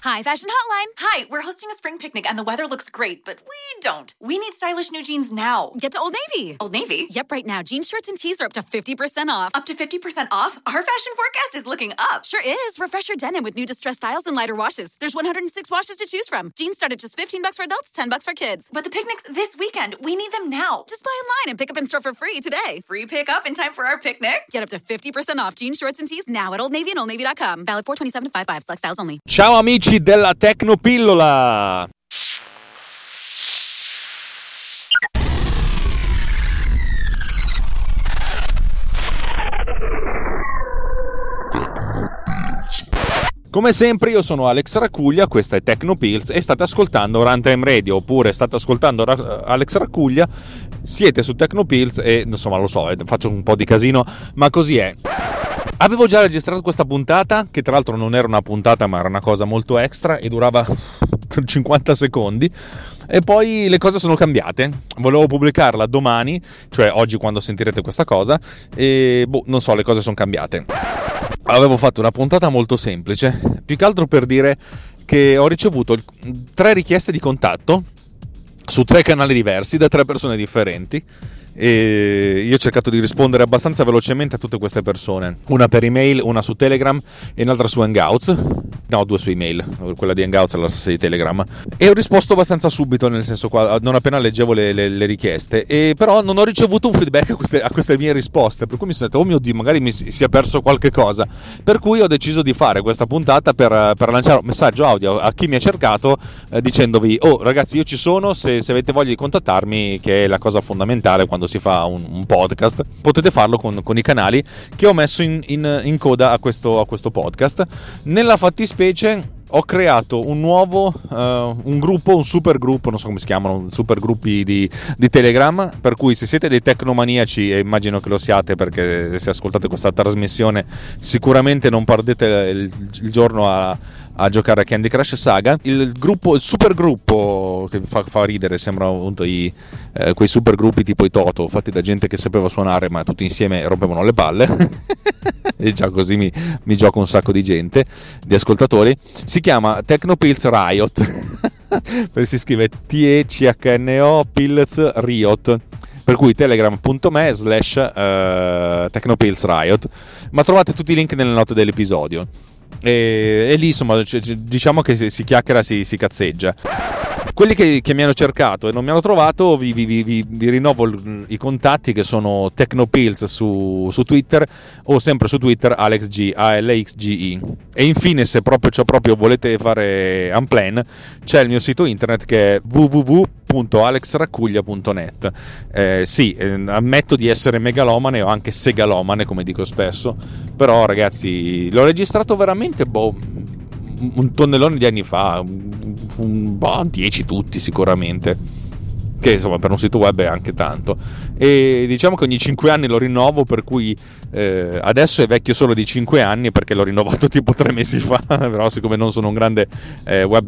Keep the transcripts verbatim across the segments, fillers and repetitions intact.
Hi, Fashion Hotline. Hi, we're hosting a spring picnic and the weather looks great, but we don't. We need stylish new jeans now. Get to Old Navy. Old Navy? Yep, right now, jeans, shorts, and tees are up to fifty percent off. Up to fifty percent off? Our fashion forecast is looking up. Sure is. Refresh your denim with new distressed styles and lighter washes. There's one hundred six washes to choose from. Jeans start at just fifteen bucks for adults, ten bucks for kids. But the picnic's this weekend. We need them now. Just buy online and pick up in store for free today. Free pickup in time for our picnic? Get up to fifty percent off jeans, shorts, and tees now at Old Navy and old navy dot com. Valid four twenty-seven to five five. Select styles only. Ciao amici della Tecnopillola! Come sempre io sono Alex Racuglia, questa è Tecnopills e state ascoltando Runtime Radio, oppure state ascoltando Ra- Alex Racuglia, siete su Tecnopills e insomma lo so, faccio un po' di casino, ma così è. Avevo già registrato questa puntata, che tra l'altro non era una puntata ma era una cosa molto extra e durava cinquanta secondi, e poi le cose sono cambiate. Volevo pubblicarla domani, cioè oggi quando sentirete questa cosa, e boh, non so, le cose sono cambiate. Avevo fatto una puntata molto semplice, più che altro per dire che ho ricevuto tre richieste di contatto su tre canali diversi da tre persone differenti e io ho cercato di rispondere abbastanza velocemente a tutte queste persone, una per email, una su Telegram e un'altra su Hangouts, no, due su email, quella di Hangouts e la stessa di Telegram, e ho risposto abbastanza subito, nel senso qua, non appena leggevo le, le, le richieste, e però non ho ricevuto un feedback a queste, a queste mie risposte, per cui mi sono detto, oh mio Dio, magari mi si sia perso qualche cosa, per cui ho deciso di fare questa puntata per, per lanciare un messaggio audio a chi mi ha cercato eh, dicendovi, oh ragazzi, io ci sono, se, se avete voglia di contattarmi, che è la cosa fondamentale quando si fa un, un podcast, potete farlo con, con i canali che ho messo in, in, in coda a questo, a questo podcast. Nella fattispecie ho creato un nuovo uh, un gruppo, un super gruppo, non so come si chiamano, super gruppi di, di Telegram, per cui se siete dei tecnomaniaci, e immagino che lo siate perché se ascoltate questa trasmissione sicuramente non perdete il, il giorno a, a giocare a Candy Crush Saga, il gruppo, il super gruppo che fa, fa ridere, sembra appunto i, eh, quei super gruppi tipo i Toto fatti da gente che sapeva suonare ma tutti insieme rompevano le palle e già così mi, mi gioco un sacco di gente, di ascoltatori. Si chiama Tecnopills Riot perché si scrive T E C H N O Pills Riot, per cui telegram punto me slash Tecnopills Riot, ma trovate tutti i link nelle note dell'episodio. E, e lì insomma diciamo che si, si chiacchiera, si, si cazzeggia. Quelli che, che mi hanno cercato e non mi hanno trovato, vi, vi, vi, vi rinnovo il, i contatti, che sono Tecnopills su, su Twitter, o sempre su Twitter AlexG, A L X G I. E infine, se proprio, cioè proprio volete fare unplan, c'è il mio sito internet che è w w w punto alex racuglia punto net. Eh, sì, eh, ammetto di essere megalomane o anche segalomane, come dico spesso, però ragazzi, l'ho registrato veramente boh, un tonnellone di anni fa, un, boh, dieci tutti sicuramente, che insomma per un sito web è anche tanto, e diciamo che ogni cinque anni lo rinnovo, per cui eh, adesso è vecchio solo di cinque anni perché l'ho rinnovato tipo tre mesi fa, però siccome non sono un grande eh, web,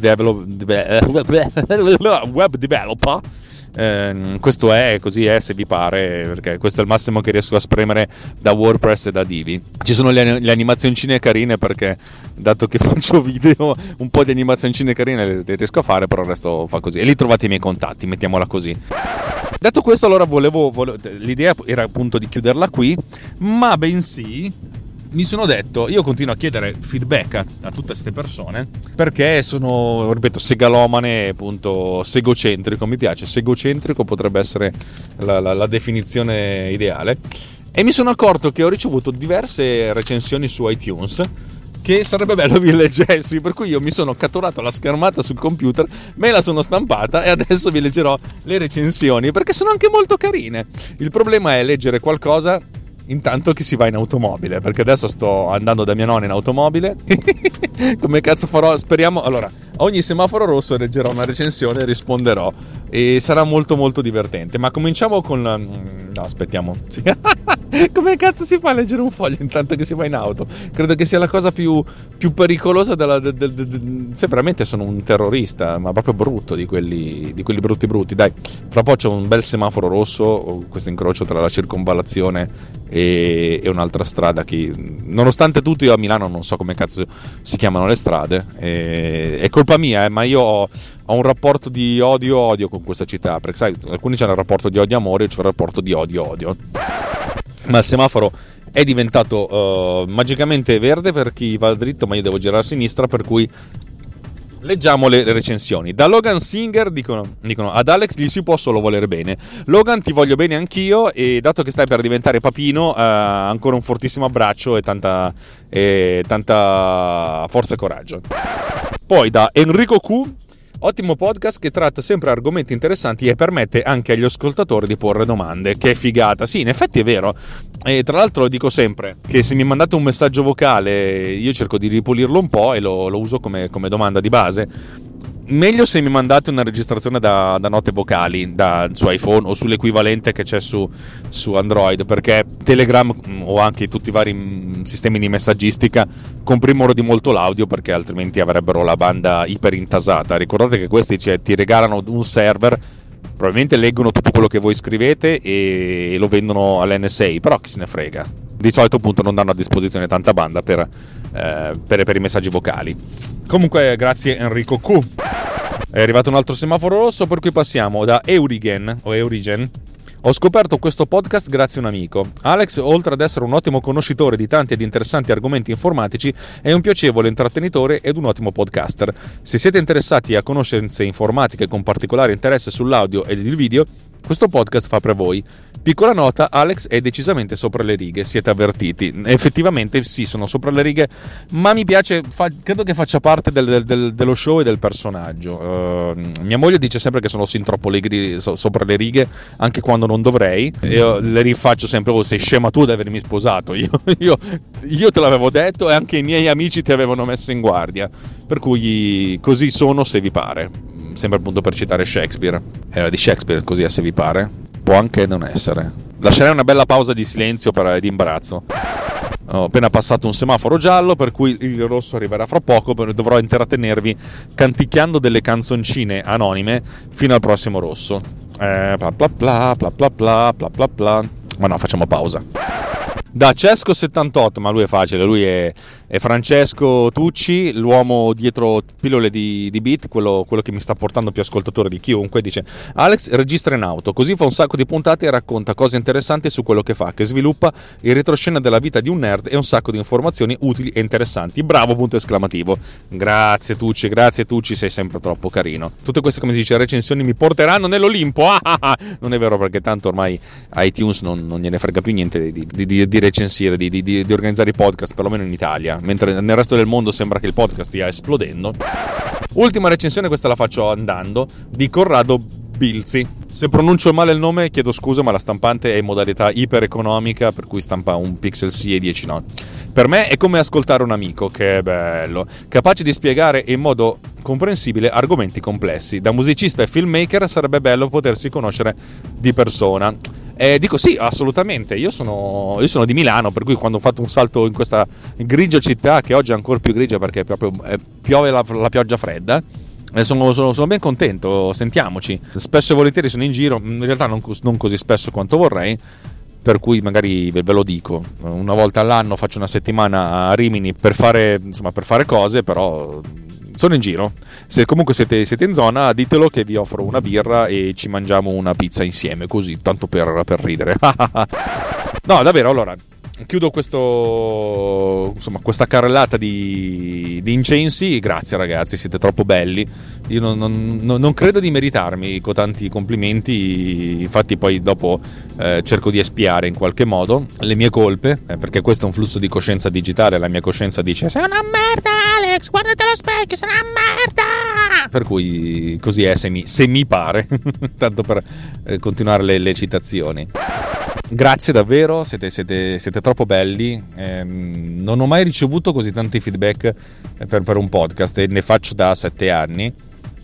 develop, web developer, Eh, questo è, così è se vi pare, perché questo è il massimo che riesco a spremere da WordPress e da Divi. Ci sono le, le animazioncine carine, perché dato che faccio video un po' di animazioncine carine le, le riesco a fare, però il resto fa così, e lì trovate i miei contatti, mettiamola così. Detto questo, allora volevo, volevo l'idea era appunto di chiuderla qui, ma bensì mi sono detto, io continuo a chiedere feedback a, a tutte queste persone, perché sono, ripeto, segalomane, appunto, segocentrico, mi piace, segocentrico potrebbe essere la, la, la definizione ideale, e mi sono accorto che ho ricevuto diverse recensioni su iTunes, che sarebbe bello vi leggessi, per cui io mi sono catturato la schermata sul computer, me la sono stampata e adesso vi leggerò le recensioni, perché sono anche molto carine. Il problema è leggere qualcosa intanto che si va in automobile, perché adesso sto andando da mia nonna in automobile. Come cazzo farò? Speriamo. Allora, a ogni semaforo rosso leggerò una recensione e risponderò e sarà molto molto divertente. Ma cominciamo con la... no, aspettiamo. Come cazzo si fa a leggere un foglio intanto che si va in auto? Credo che sia la cosa più, più pericolosa della, de, de, de, de... Se veramente sono un terrorista, ma proprio brutto, di quelli, di quelli brutti brutti. Dai, fra poco c'è un bel semaforo rosso, questo incrocio tra la circonvallazione e, e un'altra strada che, nonostante tutto, io a Milano non so come cazzo si chiamano le strade, e, è colpa mia, eh, ma io ho, ho un rapporto di odio-odio con questa città, perché sai, alcuni c'hanno il rapporto di odio-amore, io c'ho il rapporto di odio-odio. Ma il semaforo è diventato uh, magicamente verde per chi va dritto, ma io devo girare a sinistra, per cui leggiamo le recensioni. Da Logan Singer dicono, dicono: ad Alex gli si può solo volere bene. Logan, ti voglio bene anch'io, e dato che stai per diventare papino, uh, ancora un fortissimo abbraccio e tanta, e tanta forza e coraggio. Poi da Enrico Q: ottimo podcast che tratta sempre argomenti interessanti e permette anche agli ascoltatori di porre domande. Che figata. Sì, in effetti è vero. E tra l'altro dico sempre che se mi mandate un messaggio vocale io cerco di ripulirlo un po' e lo, lo uso come, come domanda di base. Meglio se mi mandate una registrazione da, da note vocali da, su iPhone o sull'equivalente che c'è su, su Android, perché Telegram o anche tutti i vari sistemi di messaggistica comprimono di molto l'audio, perché altrimenti avrebbero la banda iperintasata. Ricordate che questi cioè, ti regalano un server, probabilmente leggono tutto quello che voi scrivete e lo vendono all'N S A, però chi se ne frega. Di solito appunto non danno a disposizione tanta banda per, eh, per, per i messaggi vocali. Comunque grazie Enrico Q. È arrivato un altro semaforo rosso, per cui passiamo da Eurigen o Eurigen. Ho scoperto questo podcast grazie a un amico. Alex, oltre ad essere un ottimo conoscitore di tanti ed interessanti argomenti informatici, è un piacevole intrattenitore ed un ottimo podcaster. Se siete interessati a conoscenze informatiche con particolare interesse sull'audio ed il video, questo podcast fa per voi. Piccola nota, Alex è decisamente sopra le righe, siete avvertiti. Effettivamente sì, sono sopra le righe, ma mi piace, fa, credo che faccia parte del, del, dello show e del personaggio. Uh, mia moglie dice sempre che sono sin troppo legri, so, sopra le righe, anche quando non dovrei. Io le rifaccio sempre: oh, sei scema tu ad avermi sposato, io, io, io te l'avevo detto e anche i miei amici ti avevano messo in guardia. Per cui così sono se vi pare. Sempre appunto per citare Shakespeare. Era di Shakespeare, così a se vi pare. Può anche non essere. Lascerei una bella pausa di silenzio per, di imbarazzo. Ho appena passato un semaforo giallo, per cui il rosso arriverà fra poco, dovrò intrattenervi canticchiando delle canzoncine anonime fino al prossimo rosso. Eh, bla bla bla bla bla bla bla bla bla. Ma no, facciamo pausa. Da Cesco settantotto, ma lui è facile, lui è, è Francesco Tucci, l'uomo dietro pillole di, di beat, quello, quello che mi sta portando più ascoltatori di chiunque. Dice: Alex registra in auto, così fa un sacco di puntate e racconta cose interessanti su quello che fa, che sviluppa il retroscena della vita di un nerd e un sacco di informazioni utili e interessanti. Bravo, punto esclamativo. Grazie Tucci, grazie Tucci, sei sempre troppo carino. Tutte queste, come si dice, recensioni mi porteranno nell'Olimpo. Ah, ah, ah. Non è vero, perché tanto ormai iTunes non, non gliene frega più niente di, di, di, di recensire, di, di, di organizzare i podcast, perlomeno in Italia, mentre nel resto del mondo sembra che il podcast stia esplodendo. Ultima recensione, questa la faccio andando, di Corrado Bilzi. Se pronuncio male il nome chiedo scusa, ma la stampante è in modalità iper economica, per cui stampa un Pixel sì e dieci no. Per me è come ascoltare un amico, che bello, capace di spiegare in modo comprensibile argomenti complessi. Da musicista e filmmaker sarebbe bello potersi conoscere di persona. Eh, dico sì, assolutamente. Io sono, io sono di Milano, per cui quando ho fatto un salto in questa grigia città, che oggi è ancora più grigia perché proprio eh, piove la, la pioggia fredda, eh, sono, sono, sono ben contento. Sentiamoci. Spesso e volentieri sono in giro, in realtà non, non così spesso quanto vorrei, per cui magari ve, ve lo dico. Una volta all'anno faccio una settimana a Rimini per fare, insomma, per fare cose, però sono in giro. Se comunque siete, siete in zona, ditelo che vi offro una birra e ci mangiamo una pizza insieme, così, tanto per, per ridere. No, davvero, allora chiudo questo, insomma, questa carrellata di, di incensi. Grazie ragazzi, siete troppo belli. Io non, non, non credo di meritarmi con tanti complimenti, infatti poi dopo eh, cerco di espiare in qualche modo le mie colpe, eh, perché questo è un flusso di coscienza digitale. La mia coscienza dice: sei una merda Alex, guardati allo specchio, sei una merda. Per cui così è, se mi, se mi pare. Tanto per eh, continuare le, le citazioni. Grazie davvero, siete, siete, siete troppo belli. Eh, non ho mai ricevuto così tanti feedback per, per un podcast, e ne faccio da sette anni.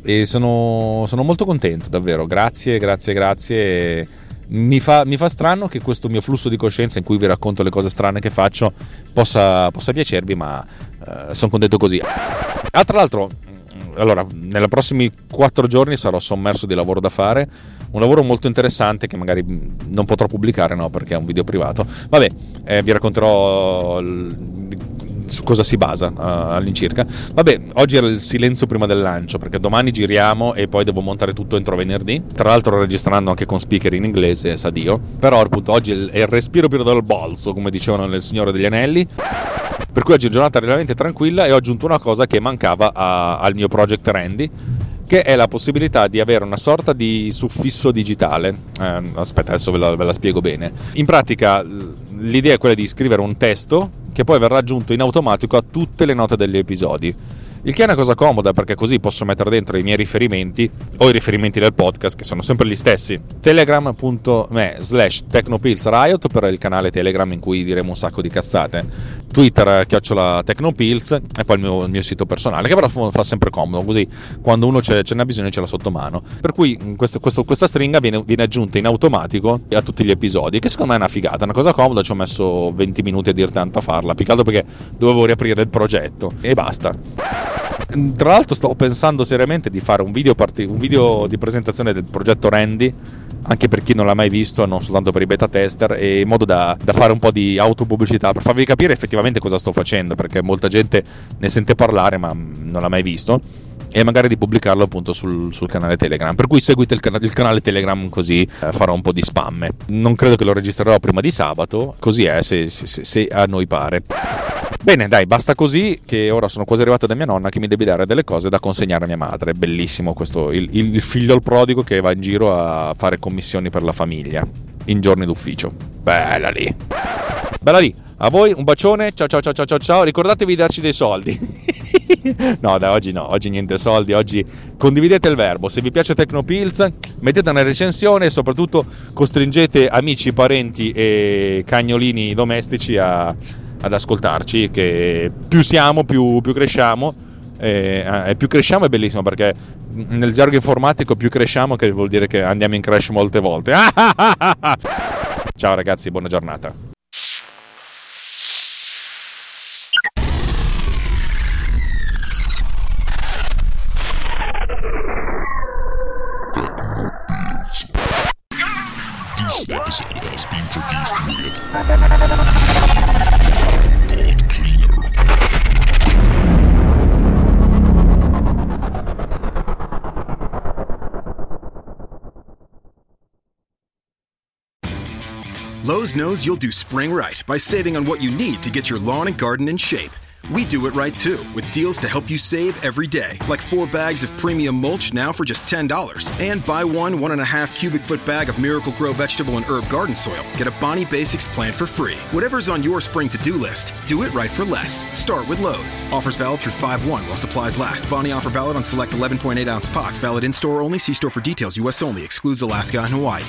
e sono, sono molto contento, davvero. Grazie, grazie, grazie. Mi fa, mi fa strano che questo mio flusso di coscienza in cui vi racconto le cose strane che faccio possa, possa piacervi, ma eh, sono contento così. Ah, tra l'altro, allora, nei prossimi quattro giorni sarò sommerso di lavoro da fare, un lavoro molto interessante che magari non potrò pubblicare, no, perché è un video privato. Vabbè, eh, vi racconterò l- su cosa si basa uh, all'incirca. Vabbè, oggi era il silenzio prima del lancio, perché domani giriamo e poi devo montare tutto entro venerdì. Tra l'altro registrando anche con speaker in inglese, sa Dio. Però appunto oggi è il respiro più dal bolso, come dicevano le signore degli Anelli. Per cui oggi è giornata relativamente tranquilla e ho aggiunto una cosa che mancava a, al mio Project Randy, che è la possibilità di avere una sorta di suffisso digitale. Eh, aspetta, adesso ve la, ve la spiego bene. In pratica l'idea è quella di scrivere un testo che poi verrà aggiunto in automatico a tutte le note degli episodi. Il che è una cosa comoda, perché così posso mettere dentro i miei riferimenti o i riferimenti del podcast, che sono sempre gli stessi. telegram punto me slash technopillsriot per il canale Telegram in cui diremo un sacco di cazzate. Twitter chiocciola technopills e poi il mio, il mio sito personale, che però fa sempre comodo, così quando uno ce, ce n'ha bisogno ce l'ha sotto mano. Per cui questo, questo, questa stringa viene, viene aggiunta in automatico a tutti gli episodi, che secondo me è una figata, è una cosa comoda. Ci ho messo venti minuti a dir tanto a farla, più che altro perché dovevo riaprire il progetto e basta. Tra l'altro stavo pensando seriamente di fare un video, part- un video di presentazione del progetto Randy, anche per chi non l'ha mai visto, non soltanto per i beta tester, e in modo da, da fare un po' di autopubblicità per farvi capire effettivamente cosa sto facendo, perché molta gente ne sente parlare ma non l'ha mai visto, e magari di pubblicarlo appunto sul, sul canale Telegram. Per cui seguite il, can- il canale Telegram, così eh, farò un po' di spam. Non credo che lo registrerò prima di sabato, così è, se, se, se a noi pare. Bene, dai, basta così, che ora sono quasi arrivato da mia nonna che mi deve dare delle cose da consegnare a mia madre. Bellissimo questo, il, il figlio al prodigo che va in giro a fare commissioni per la famiglia in giorni d'ufficio. Bella lì. Bella lì. A voi un bacione, ciao ciao ciao ciao ciao ciao. Ricordatevi di darci dei soldi. No, dai, oggi no, oggi niente soldi, oggi condividete il verbo. Se vi piace Technopills, mettete una recensione e soprattutto costringete amici, parenti e cagnolini domestici a, ad ascoltarci, che più siamo, più, più cresciamo. E eh, più cresciamo è bellissimo, perché nel gergo informatico più cresciamo, che vuol dire che andiamo in crash molte volte. Ciao ragazzi, buona giornata. This episode has been produced with Pod Cleaner. Lowe's knows you'll do spring right by saving on what you need to get your lawn and garden in shape. We do it right too, with deals to help you save every day, like four bags of premium mulch now for just ten dollars. And buy one one and a half cubic foot bag of Miracle-Gro vegetable and herb garden soil. Get a Bonnie Basics plant for free. Whatever's on your spring to-do list, do it right for less. Start with Lowe's. Offers valid through five one while supplies last. Bonnie offer valid on select eleven point eight ounce pots. Valid in-store only. See store for details. U S only. Excludes Alaska and Hawaii.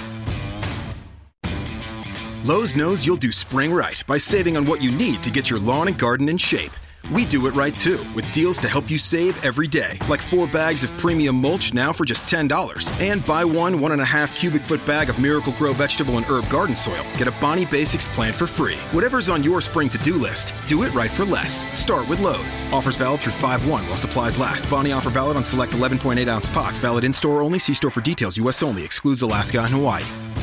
Lowe's knows you'll do spring right by saving on what you need to get your lawn and garden in shape. We do it right too, with deals to help you save every day, like four bags of premium mulch now for just ten dollars. And buy one one and a half cubic foot bag of Miracle-Gro vegetable and herb garden soil. Get a Bonnie Basics plant for free. Whatever's on your spring to-do list, do it right for less. Start with Lowe's. Offers valid through five one while supplies last. Bonnie offer valid on select eleven point eight ounce pots. Valid in-store only. See store for details. U S only. Excludes Alaska and Hawaii.